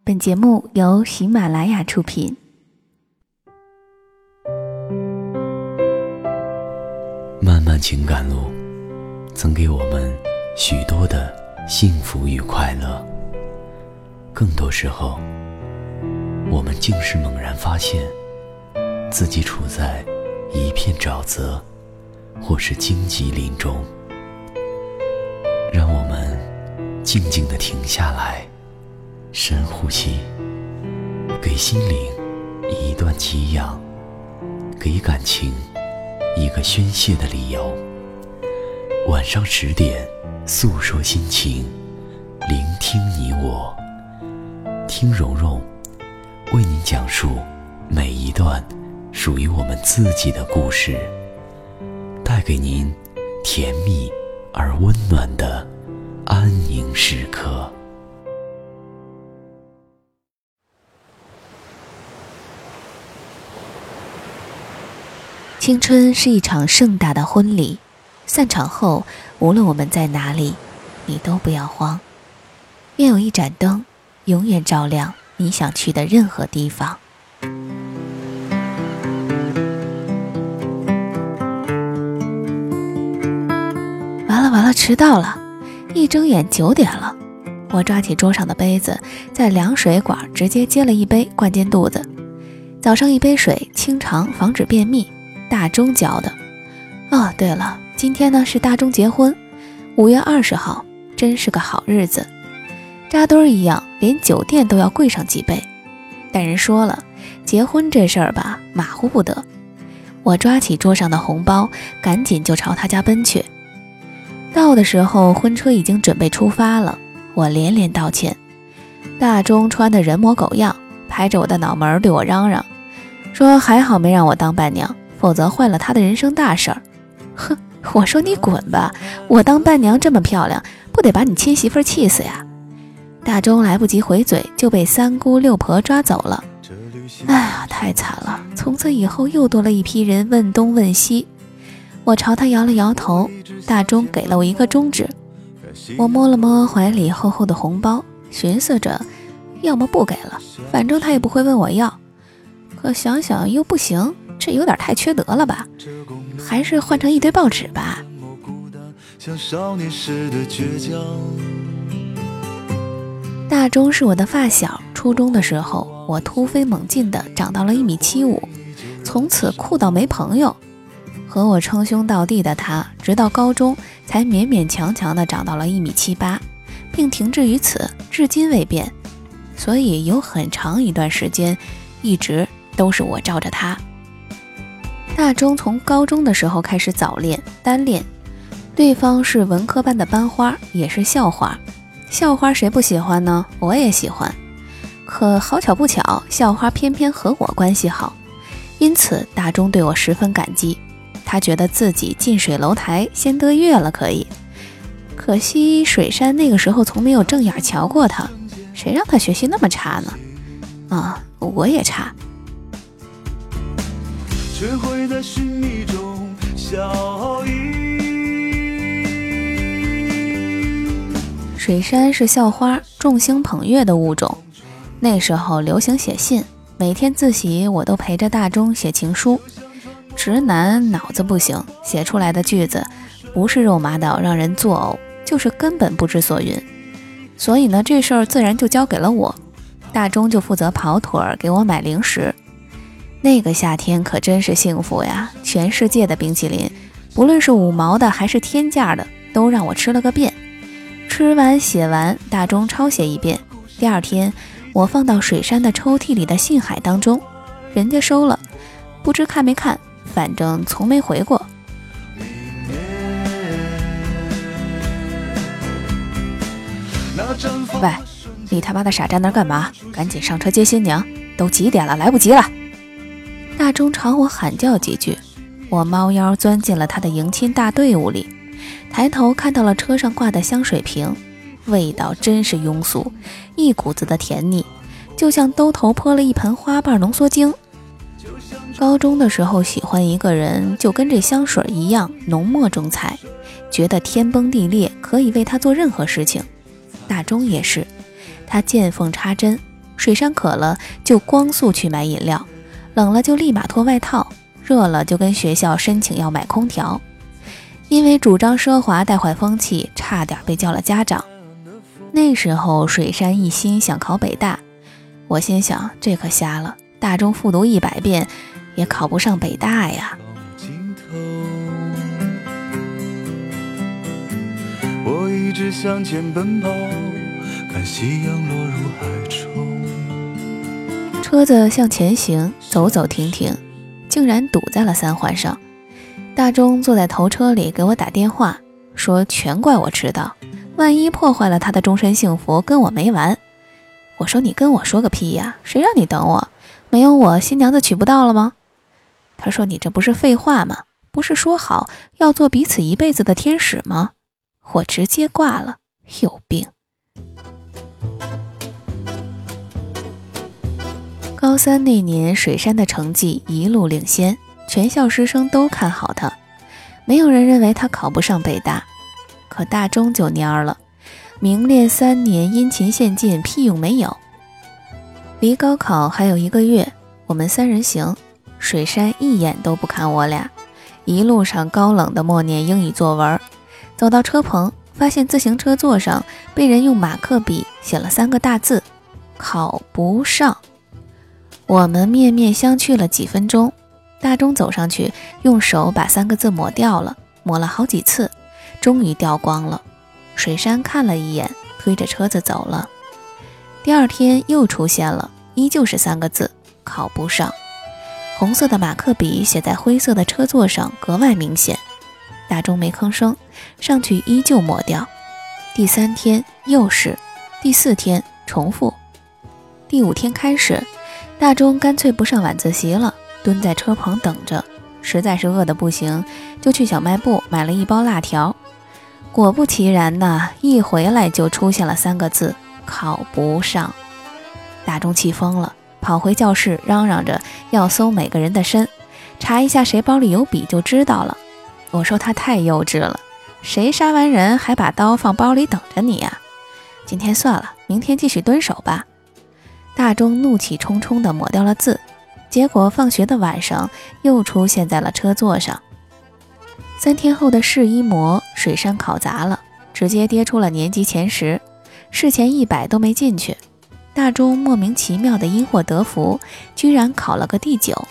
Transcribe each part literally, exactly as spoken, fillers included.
本节目由喜马拉雅出品。 漫漫情感路，曾给我们许多的幸福与快乐。更多时候，我们竟是猛然发现，自己处在一片沼泽，或是荆棘林中。让我们静静地停下来，深呼吸，给心灵一段给养，给感情一个宣泄的理由。晚上十点，诉说心情，聆听你我，听蓉蓉为您讲述每一段属于我们自己的故事，带给您甜蜜而温暖的安宁时刻。 青春是一场盛大的婚礼，散场后，无论我们在哪里，你都不要慌。愿有一盏灯，永远照亮你想去的任何地方。完了完了，迟到了！一睁眼九点了。我抓起桌上的杯子，在凉水管直接接了一杯，灌进肚子。早上一杯水，清肠防止便秘。大钟教的。哦，对了，今天呢是大钟结婚，五月二十号，真是个好日子。扎堆儿一样，连酒店都要贵上几倍。但人说了，结婚这事儿吧，马虎不得。我抓起桌上的红包，赶紧就朝他家奔去。到的时候，婚车已经准备出发了，我连连道歉。大钟穿得人模狗样，拍着我的脑门对我嚷嚷，说还好没让我当伴娘，否则坏了他的人生大事儿。哼，我说你滚吧，我当伴娘这么漂亮，不得把你亲媳妇气死呀！大钟来不及回嘴，就被三姑六婆抓走了。哎呀，太惨了！从此以后又多了一批人问东问西。我朝他摇了摇头，大钟给了我一个中指。我摸了摸怀里厚厚的红包，寻思着，要么不给了，反正他也不会问我要。可想想又不行，这有点太缺德了吧，还是换成一堆报纸吧。大钟是我的发小，初中的时候我突飞猛进的长到了一米七五，从此酷到没朋友。和我称兄道弟的他，直到高中才勉勉强强的长到了一米七八，并停滞于此，至今未变。所以有很长一段时间，一直都是我罩着他。大钟从高中的时候开始早恋单恋，对方是文科班的班花，也是校花。校花谁不喜欢呢？我也喜欢。可好巧不巧，校花偏偏和我关系好，因此大钟对我十分感激。他觉得自己近水楼台先得月了可以。可惜水山那个时候从没有正眼瞧过他，谁让他学习那么差呢？啊，我也差。却会在寻觅中笑意。水杉是校花，众星捧月的物种。那时候流行写信，每天自习我都陪着大钟写情书。直男脑子不行，写出来的句子不是肉麻到让人作呕，就是根本不知所云。所以呢，这事儿自然就交给了我。大钟就负责跑腿儿，给我买零食。那个夏天可真是幸福呀！全世界的冰淇淋，不论是五毛的还是天价的，都让我吃了个遍。吃完写完，大钟抄写一遍。第二天，我放到水杉的抽屉里的信海当中，人家收了，不知看没看，反正从没回过。喂，你他妈的傻站那干嘛？赶紧上车接新娘，都几点了，来不及了！大钟朝我喊叫几句，我猫腰钻进了他的迎亲大队伍里，抬头看到了车上挂的香水瓶，味道真是庸俗，一股子的甜腻，就像兜头泼了一盆花瓣浓缩精。高中的时候喜欢一个人，就跟这香水一样浓墨重彩，觉得天崩地裂，可以为他做任何事情。大钟也是，他见缝插针， 水山渴了就光速去买饮料，冷了就立马脱外套，热了就跟学校申请要买空调。因为主张奢华带坏风气，差点被叫了家长。那时候水山一心想考北大，我心想这可瞎了，大中复读一百遍也考不上北大呀。 我一直向前奔跑，看夕阳落入海中。 车子向前行，走走停停，竟然堵在了三环上。大钟坐在头车里给我打电话，说全怪我迟到，万一破坏了他的终身幸福，跟我没完。我说你跟我说个屁呀，谁让你等我？没有我新娘子娶不到了吗？他说你这不是废话吗？不是说好要做彼此一辈子的天使吗？我直接挂了，有病。高三那年，水山的成绩一路领先，全校师生都看好他，没有人认为他考不上北大。可大中就蔫了，名列三年，殷勤献尽，屁用没有。离高考还有一个月，我们三人行，水山一眼都不看我俩，一路上高冷的默念英语作文。走到车棚，发现自行车座上被人用马克笔写了三个大字：考不上。我们面面相觑了几分钟，大钟走上去，用手把三个字抹掉了，抹了好几次，终于掉光了。水山看了一眼，推着车子走了。第二天又出现了，依旧是三个字：考不上。红色的马克笔写在灰色的车座上，格外明显。大钟没吭声，上去依旧抹掉。第三天又是，第四天重复。第五天开始，大钟干脆不上晚自习了，蹲在车棚等着，实在是饿得不行，就去小卖部买了一包辣条。果不其然呐，一回来就出现了三个字：考不上。大钟气疯了，跑回教室嚷嚷着要搜每个人的身，查一下谁包里有笔就知道了。我说他太幼稚了，谁杀完人还把刀放包里等着你呀？今天算了，明天继续蹲守吧。大钟怒气冲冲地抹掉了字，结果放学的晚上又出现在了车座上。三天后的市一模，水山考砸了，直接跌出了年级前十，市前一百都没进去。大钟莫名其妙的因祸得福，居然考了个第九。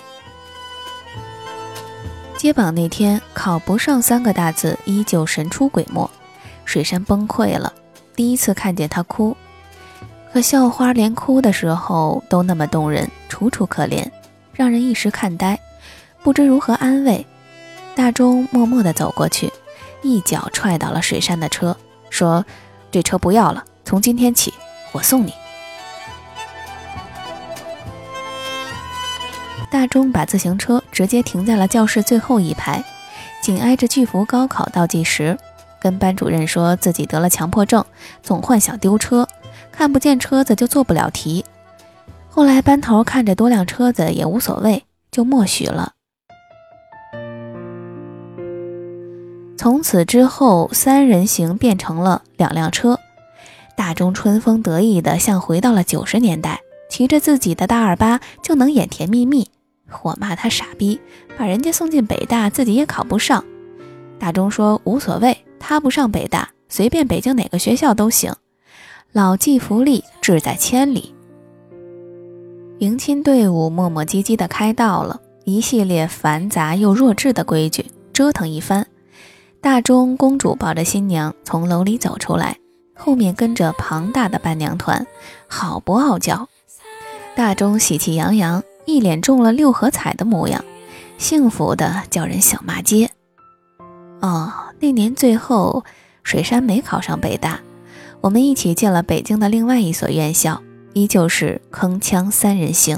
接榜那天，考不上三个大字依旧神出鬼没，水山崩溃了，第一次看见他哭。可校花连哭的时候都那么动人，楚楚可怜，让人一时看呆，不知如何安慰。大钟默默地走过去，一脚踹倒了水山的车，说：这车不要了，从今天起我送你。大钟把自行车直接停在了教室最后一排，紧挨着巨幅高考倒计时，跟班主任说自己得了强迫症，总幻想丢车，看不见车子就做不了题。后来班头看着多辆车子也无所谓，就默许了。从此之后，三人行变成了两辆车。大钟春风得意的像回到了九十年代，骑着自己的大二八就能演甜蜜蜜。我骂他傻逼，把人家送进北大，自己也考不上。大钟说无所谓，他不上北大，随便北京哪个学校都行。老骥伏枥，志在千里。迎亲队伍磨磨唧唧地开到了，一系列繁杂又弱智的规矩折腾一番。大钟公主抱着新娘从楼里走出来，后面跟着庞大的伴娘团，好不傲娇。大钟喜气洋洋，一脸中了六合彩的模样，幸福的叫人想骂街。哦，那年最后水山没考上北大，我们一起进了北京的另外一所院校，依旧是铿锵三人行。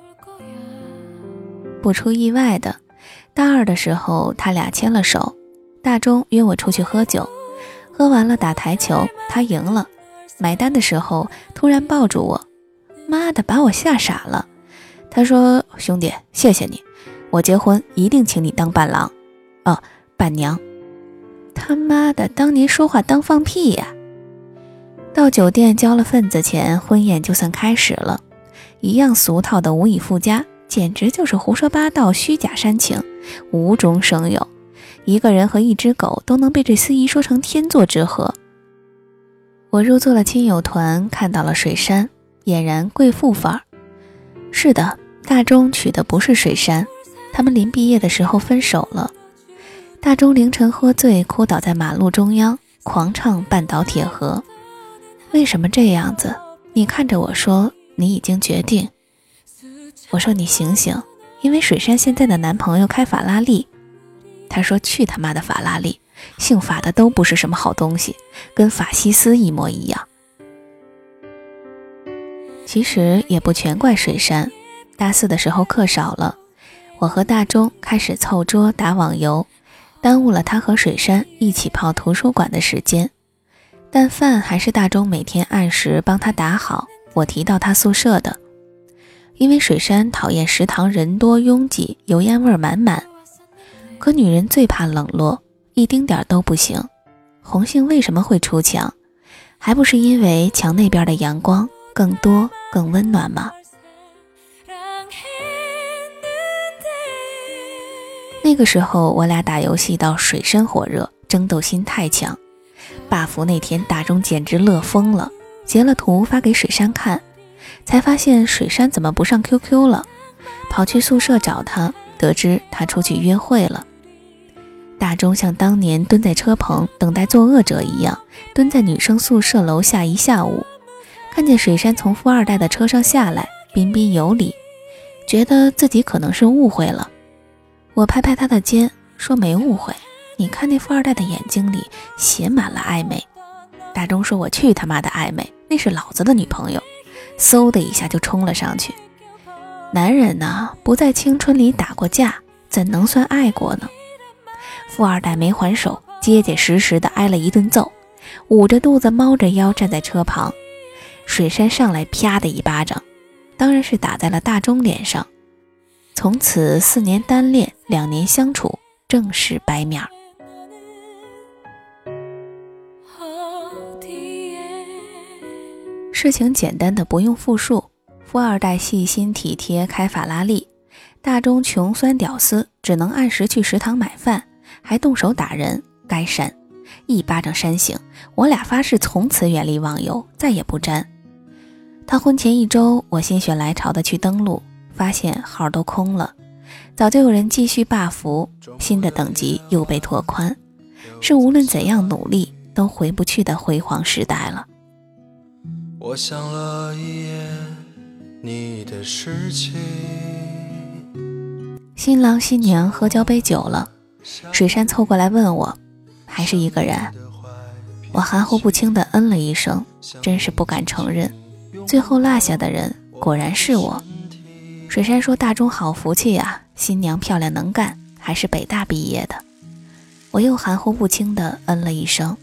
不出意外的，大二的时候他俩牵了手，大钟约我出去喝酒，喝完了打台球，他赢了，买单的时候突然抱住我，妈的把我吓傻了。他说兄弟谢谢你，我结婚一定请你当伴郎哦，伴娘。他妈的当年说话当放屁呀。到酒店交了份子钱，婚宴就算开始了。 一样俗套的无以复加，简直就是胡说八道、虚假煽情，无中生有。一个人和一只狗都能被这司仪说成天作之合。我入座了亲友团，看到了水杉，俨然贵妇范儿。是的，大钟娶的不是水杉，他们临毕业的时候分手了。大钟凌晨喝醉，哭倒在马路中央，狂唱半岛铁盒。为什么这样子？你看着我说，你已经决定。我说你醒醒，因为水杉现在的男朋友开法拉利。他说去他妈的法拉利，姓法的都不是什么好东西，跟法西斯一模一样。其实也不全怪水杉，大四的时候课少了，我和大钟开始凑桌打网游，耽误了他和水杉一起泡图书馆的时间。但饭还是大钟每天按时帮他打好，我提到他宿舍的。因为水杉讨厌食堂人多拥挤，油烟味满满。可女人最怕冷落，一丁点都不行。红杏为什么会出墙？还不是因为墙那边的阳光更多更温暖吗？那个时候我俩打游戏到水深火热，争斗心太强。buff 那天大钟简直乐疯了，截了图发给水杉看，才发现水杉怎么不上 Q Q 了，跑去宿舍找他，得知他出去约会了。大钟像当年蹲在车棚等待作恶者一样，蹲在女生宿舍楼下一下午，看见水杉从富二代的车上下来，彬彬有礼，觉得自己可能是误会了。我拍拍他的肩，说没误会，你看那富二代的眼睛里写满了暧昧。大钟说我去他妈的暧昧，那是老子的女朋友，嗖的一下就冲了上去。男人呢，不在青春里打过架，怎能算爱过呢？富二代没还手，结结实实的挨了一顿揍，捂着肚子猫着腰站在车旁。水杉上来啪的一巴掌，当然是打在了大钟脸上。从此四年单恋，两年相处，正式掰面。事情简单的不用复述，富二代细心体贴开法拉利，大钟穷酸屌丝，只能按时去食堂买饭，还动手打人，该删，一巴掌扇醒。我俩发誓从此远离网游，再也不沾。他婚前一周，我心血来潮的去登录，发现号都空了，早就有人继续buff，新的等级又被拓宽，是无论怎样努力都回不去的辉煌时代了。 我想了一夜你的事情。 新郎新娘喝交杯酒了，水杉凑过来问我，还是一个人？我含糊不清地嗯了一声，真是不敢承认，最后落下的人果然是我。水杉说大钟好福气啊，新娘漂亮能干，还是北大毕业的。我又含糊不清地嗯了一声。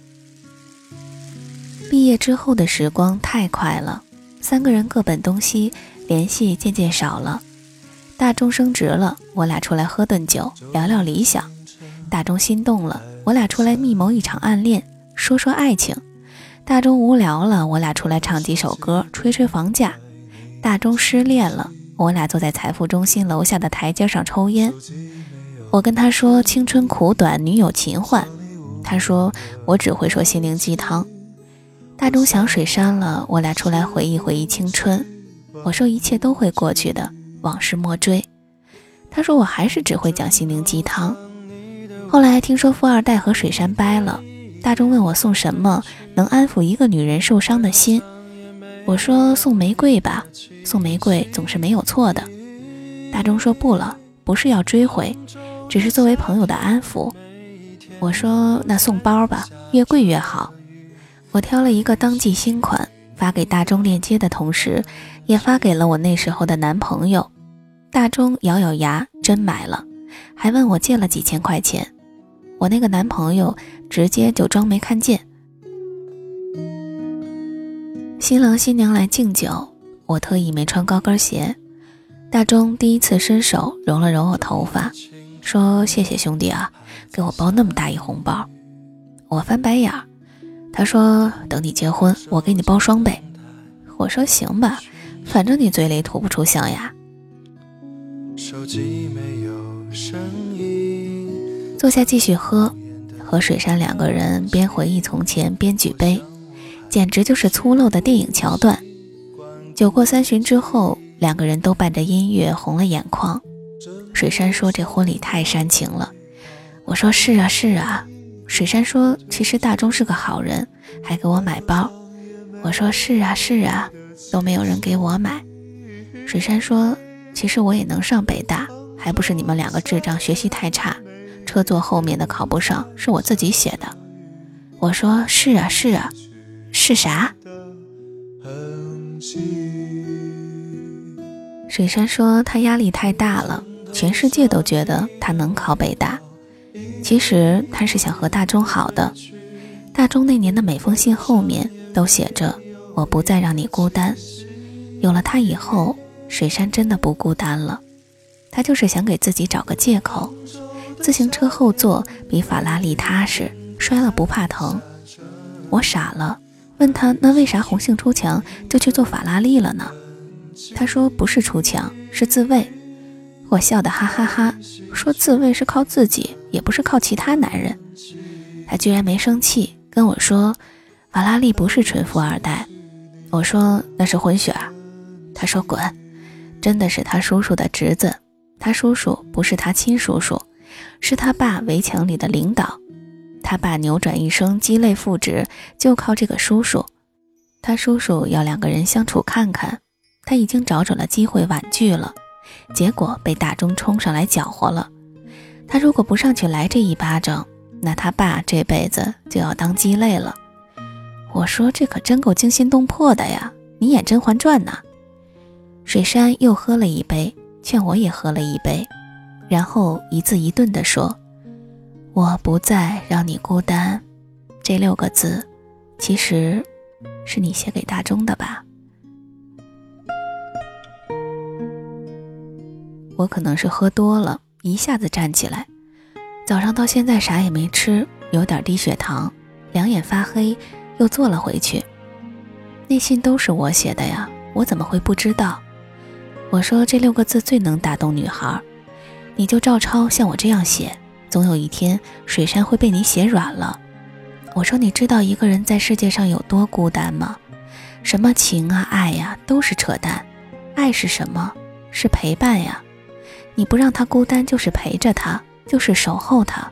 毕业之后的时光太快了，三个人各奔东西，联系渐渐少了。大钟升职了，我俩出来喝顿酒，聊聊理想。大钟心动了，我俩出来密谋一场暗恋，说说爱情。大钟无聊了，我俩出来唱几首歌，吹吹房价。大钟失恋了，我俩坐在财富中心楼下的台阶上抽烟。我跟他说青春苦短，女友勤换。他说我只会说心灵鸡汤。大钟想水杉了，我俩出来回忆回忆青春。我说一切都会过去的，往事莫追。他说我还是只会讲心灵鸡汤。后来听说富二代和水杉掰了，大钟问我送什么能安抚一个女人受伤的心。我说送玫瑰吧，送玫瑰总是没有错的。大钟说不了，不是要追回，只是作为朋友的安抚。我说那送包吧，越贵越好。我挑了一个当季新款，发给大钟链接的同时，也发给了我那时候的男朋友。大钟咬咬牙，真买了，还问我借了几千块钱。我那个男朋友直接就装没看见。新郎新娘来敬酒，我特意没穿高跟鞋。大钟第一次伸手揉了揉我头发，说谢谢兄弟啊，给我包那么大一红包。我翻白眼儿，他说等你结婚我给你包双倍。我说行吧， 反正你嘴里吐不出象牙。 手机没有声音， 坐下继续喝，和水山两个人边回忆从前边举杯，简直就是粗陋的电影桥段。酒过三巡之后，两个人都伴着音乐红了眼眶。水山说这婚礼太煽情了，我说是啊是啊。水山说其实大钟是个好人，还给我买包。我说是啊是啊，都没有人给我买。水山说其实我也能上北大，还不是你们两个智障学习太差，车座后面的考不上是我自己写的。我说是啊是啊，是啥？水山说他压力太大了，全世界都觉得他能考北大。其实他是想和大钟好的。大钟那年的每封信后面都写着我不再让你孤单。有了他以后，水山真的不孤单了。他就是想给自己找个借口。自行车后座比法拉利踏实，摔了不怕疼。我傻了，问他那为啥红杏出墙就去做法拉利了呢？他说不是出墙，是自卫。我笑得哈哈哈，说自卫是靠自己，也不是靠其他男人。他居然没生气，跟我说法拉利不是纯富二代。我说那是混血儿。他说滚，真的是他叔叔的侄子。他叔叔不是他亲叔叔，是他爸围墙里的领导。他爸扭转一生鸡肋复职，就靠这个叔叔。他叔叔要两个人相处看看，他已经找准了机会婉拒了，结果被大钟冲上来搅和了。他如果不上去来这一巴掌，那他爸这辈子就要当鸡肋了。我说这可真够惊心动魄的呀，你演甄嬛传呢？水山又喝了一杯，劝我也喝了一杯，然后一字一顿地说，我不再让你孤单，这六个字其实是你写给大钟的吧？我可能是喝多了，一下子站起来，早上到现在啥也没吃，有点低血糖，两眼发黑，又坐了回去。那信都是我写的呀，我怎么会不知道？我说这六个字最能打动女孩，你就照抄像我这样写，总有一天水山会被你写软了。我说你知道一个人在世界上有多孤单吗？什么情啊爱呀、啊、都是扯淡。爱是什么？是陪伴呀。你不让他孤单，就是陪着他，就是守候他。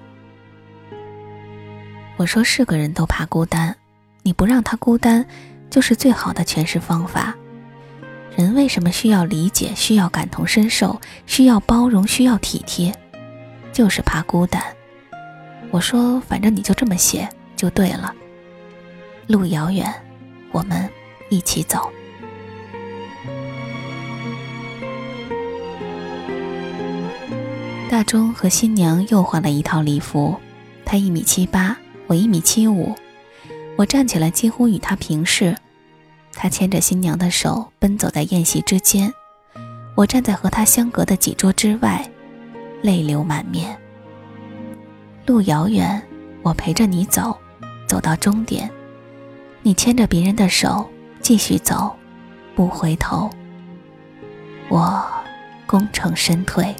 我说是个人都怕孤单，你不让他孤单，就是最好的诠释方法。人为什么需要理解，需要感同身受，需要包容，需要体贴？就是怕孤单。我说反正你就这么写就对了。路遥远，我们一起走。大钟和新娘又换了一套礼服，他一米七八，我一米七五。我站起来几乎与他平视，他牵着新娘的手奔走在宴席之间，我站在和他相隔的几桌之外，泪流满面。路遥远，我陪着你走，走到终点，你牵着别人的手继续走，不回头。我功成身退。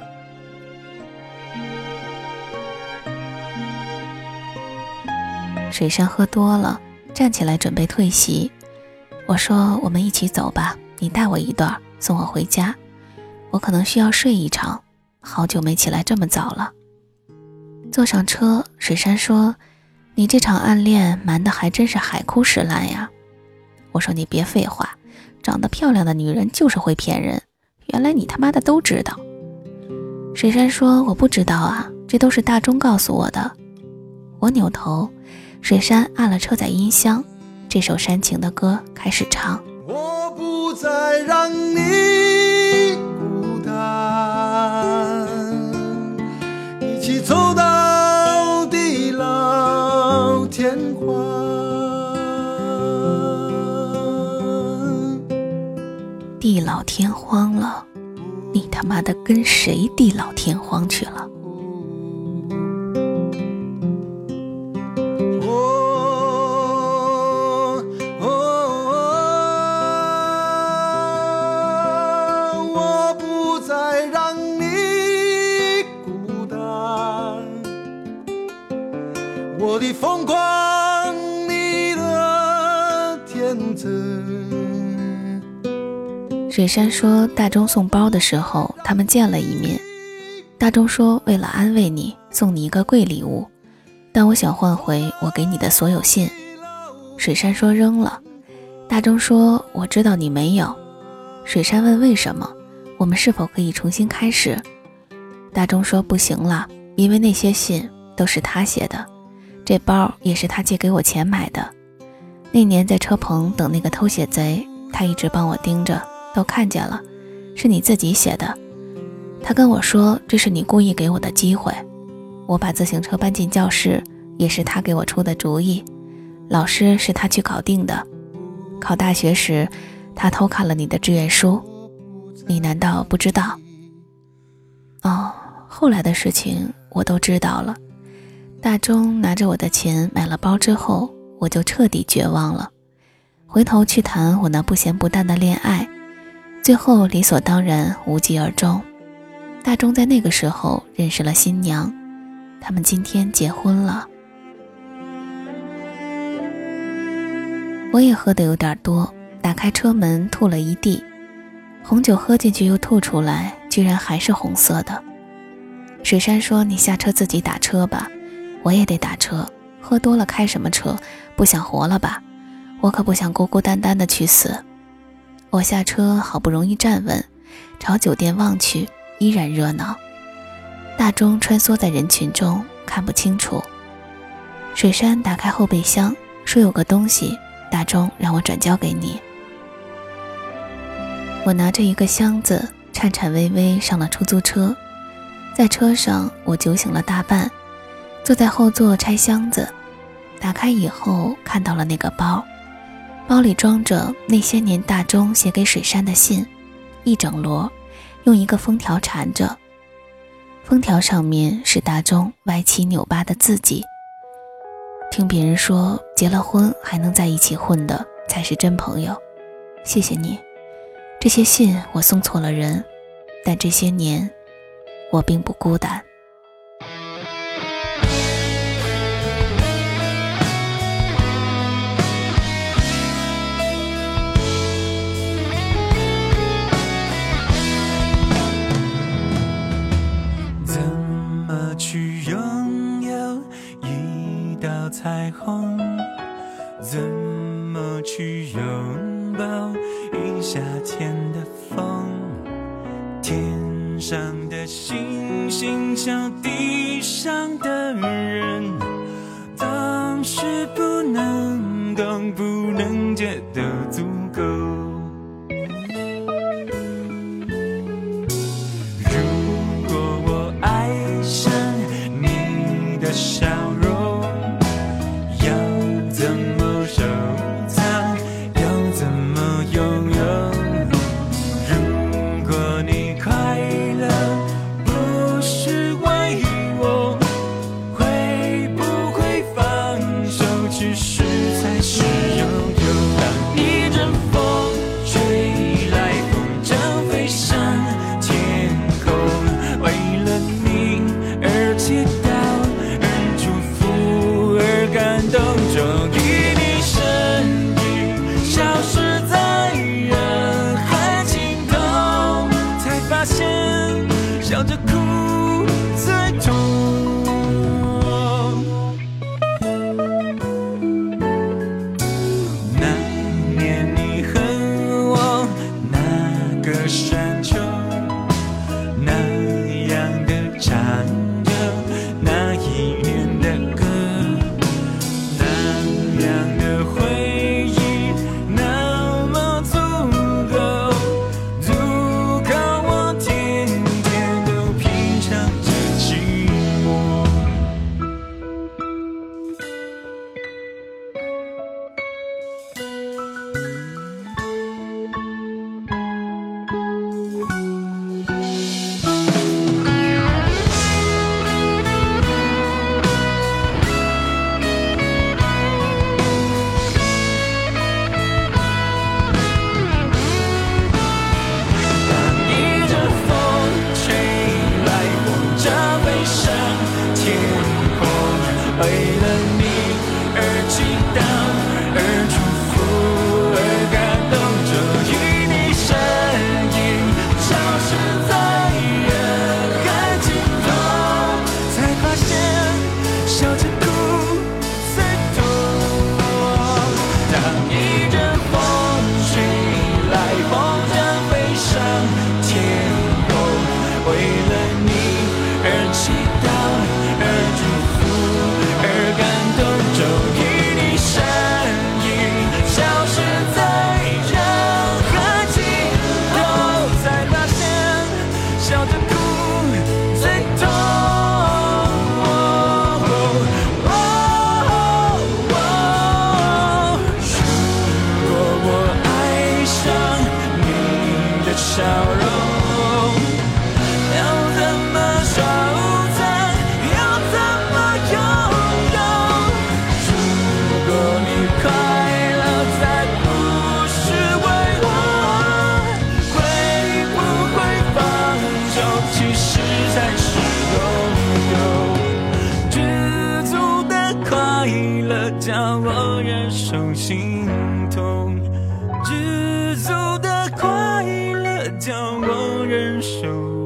水山喝多了，站起来准备退席。我说我们一起走吧，你带我一段，送我回家，我可能需要睡一场，好久没起来这么早了。坐上车，水山说，你这场暗恋瞒得还真是海枯石烂呀。我说你别废话，长得漂亮的女人就是会骗人，原来你他妈的都知道。水山说我不知道啊，这都是大钟告诉我的。我扭头，水山按了车载音箱，这首煽情的歌开始唱。 我不再让你孤单，一起走到地老天荒。 地老天荒了，你他妈的跟谁地老天荒去了？ 水山说大钟送包的时候他们见了一面，大钟说为了安慰你送你一个贵礼物，但我想换回我给你的所有信。水山说扔了，大钟说我知道你没有。水山问为什么，我们是否可以重新开始？大钟说不行了，因为那些信都是他写的，这包也是他借给我钱买的。那年在车棚等那个偷写贼，他一直帮我盯着，都看见了，是你自己写的。他跟我说这是你故意给我的机会。我把自行车搬进教室，也是他给我出的主意。老师是他去搞定的。考大学时，他偷看了你的志愿书，你难道不知道？哦，后来的事情我都知道了。大钟拿着我的钱买了包之后，我就彻底绝望了。回头去谈我那不咸不淡的恋爱，最后理所当然无疾而终。大钟在那个时候认识了新娘，他们今天结婚了。我也喝得有点多，打开车门吐了一地，红酒喝进去又吐出来，居然还是红色的。水山说你下车自己打车吧，我也得打车，喝多了开什么车，不想活了吧，我可不想孤孤单单的去死。我下车好不容易站稳，朝酒店望去，依然热闹。大钟穿梭在人群中，看不清楚。水山打开后备箱，说有个东西，大钟让我转交给你。我拿着一个箱子，颤颤巍巍上了出租车。在车上我酒醒了大半，坐在后座拆箱子，打开以后看到了那个包，包里装着那些年大钟写给水山的信，一整摞，用一个封条缠着，封条上面是大钟歪七扭八的字迹。听别人说结了婚还能在一起混的才是真朋友，谢谢你。这些信我送错了人，但这些年我并不孤单。 怎么去拥有一道彩虹？怎么去拥抱一夏天的风？天上的星星像地上的人，当时不能懂，不能觉得足够。如果我爱上你的笑容，要怎么收藏，要怎么拥有？如果你快乐不是为我，会不会放手，其实才是拥有？当一阵风吹来，风筝飞上天空，为了你而祈祷，而祝福，而感动，终于你身影消失在人海尽头，才发现笑着哭最痛。那年你和我那个山丘，那样的唱着那一年的歌，那样的回忆那么足够，足够我天天都品尝着寂寞。 心痛，知足的快乐叫我忍受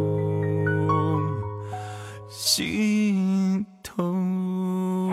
心痛。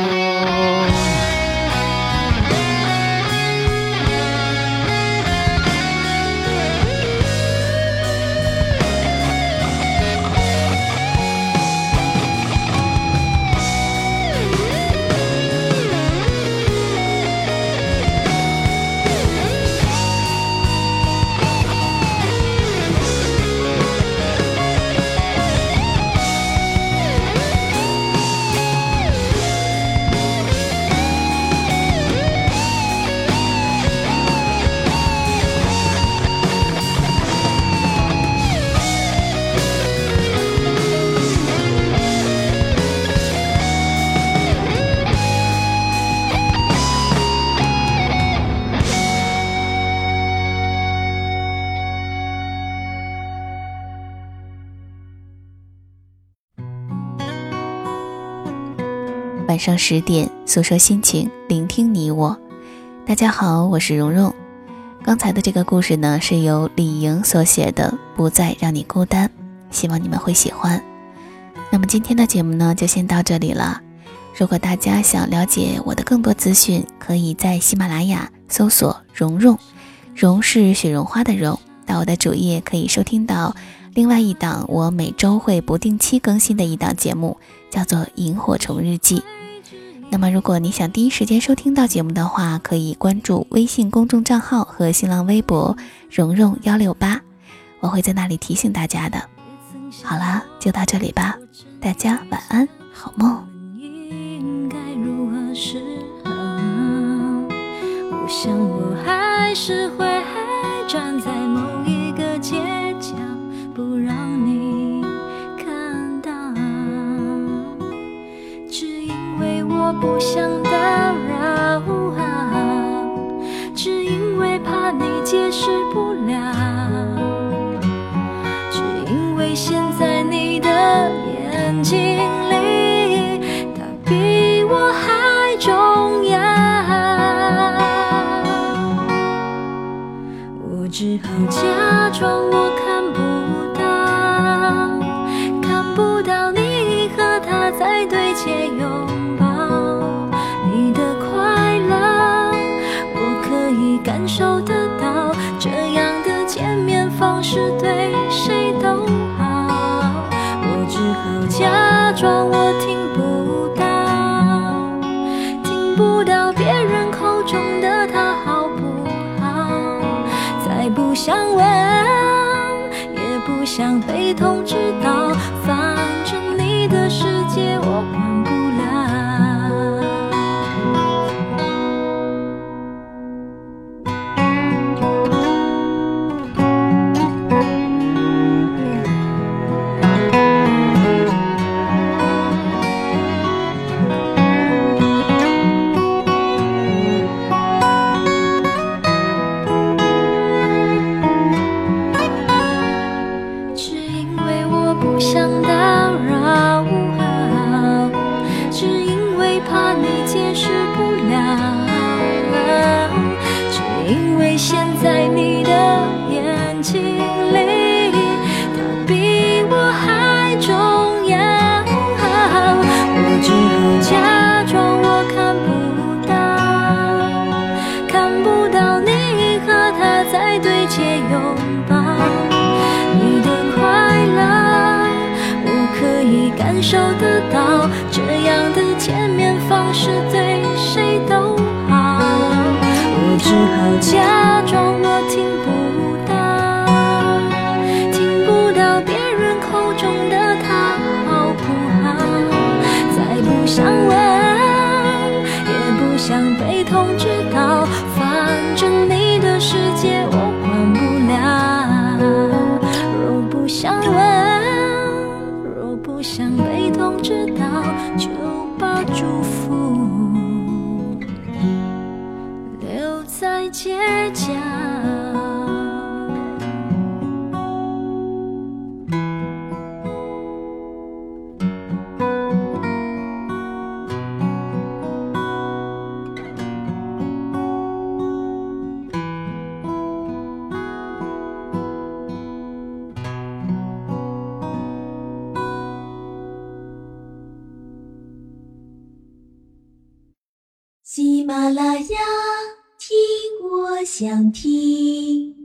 晚上十点，诉说心情，聆听你我。大家好，我是蓉蓉。刚才的这个故事呢，是由李莹所写的，不再让你孤单，希望你们会喜欢。那么今天的节目呢，就先到这里了。如果大家想了解我的更多资讯，可以在喜马拉雅搜索蓉蓉，蓉是雪绒花的蓉，到我的主页可以收听到另外一档我每周会不定期更新的一档节目，叫做萤火虫日记。那么如果你想第一时间收听到节目的话，可以关注微信公众账号和新浪微博蓉蓉一六八，我会在那里提醒大家的。好啦，就到这里吧，大家晚安，好梦。 应该如何是好？我想我还是会站在某一个街角，不让你看到，只因为我不想打扰，只因为怕你解释不了，只因为现在你的眼睛里，它比我还重要。我只好假装我看不到，看不到你和他在对街拥抱，你的快乐我可以感受得到，这样的见面方式对谁都好。我只好假装我听不到，听不到别人口中的他好不好，再不想问，也不想被通知到，反正你的世界我管不了。只因为我不想打扰，只因为怕你解释不了，只因为现在你的眼睛里，它比我还重要。我只好假装我看不到，看不到你和他在对街拥抱，你的快乐我可以感受得到，这样的见面方式对谁都好。我只好假装我听不到，听不到别人口中的他好不好，再不想问，也不想被通知到，反正你的世界我管不了。若不想问，若不想被通知到，就把祝福留在街角。 喜马拉雅，听我想听。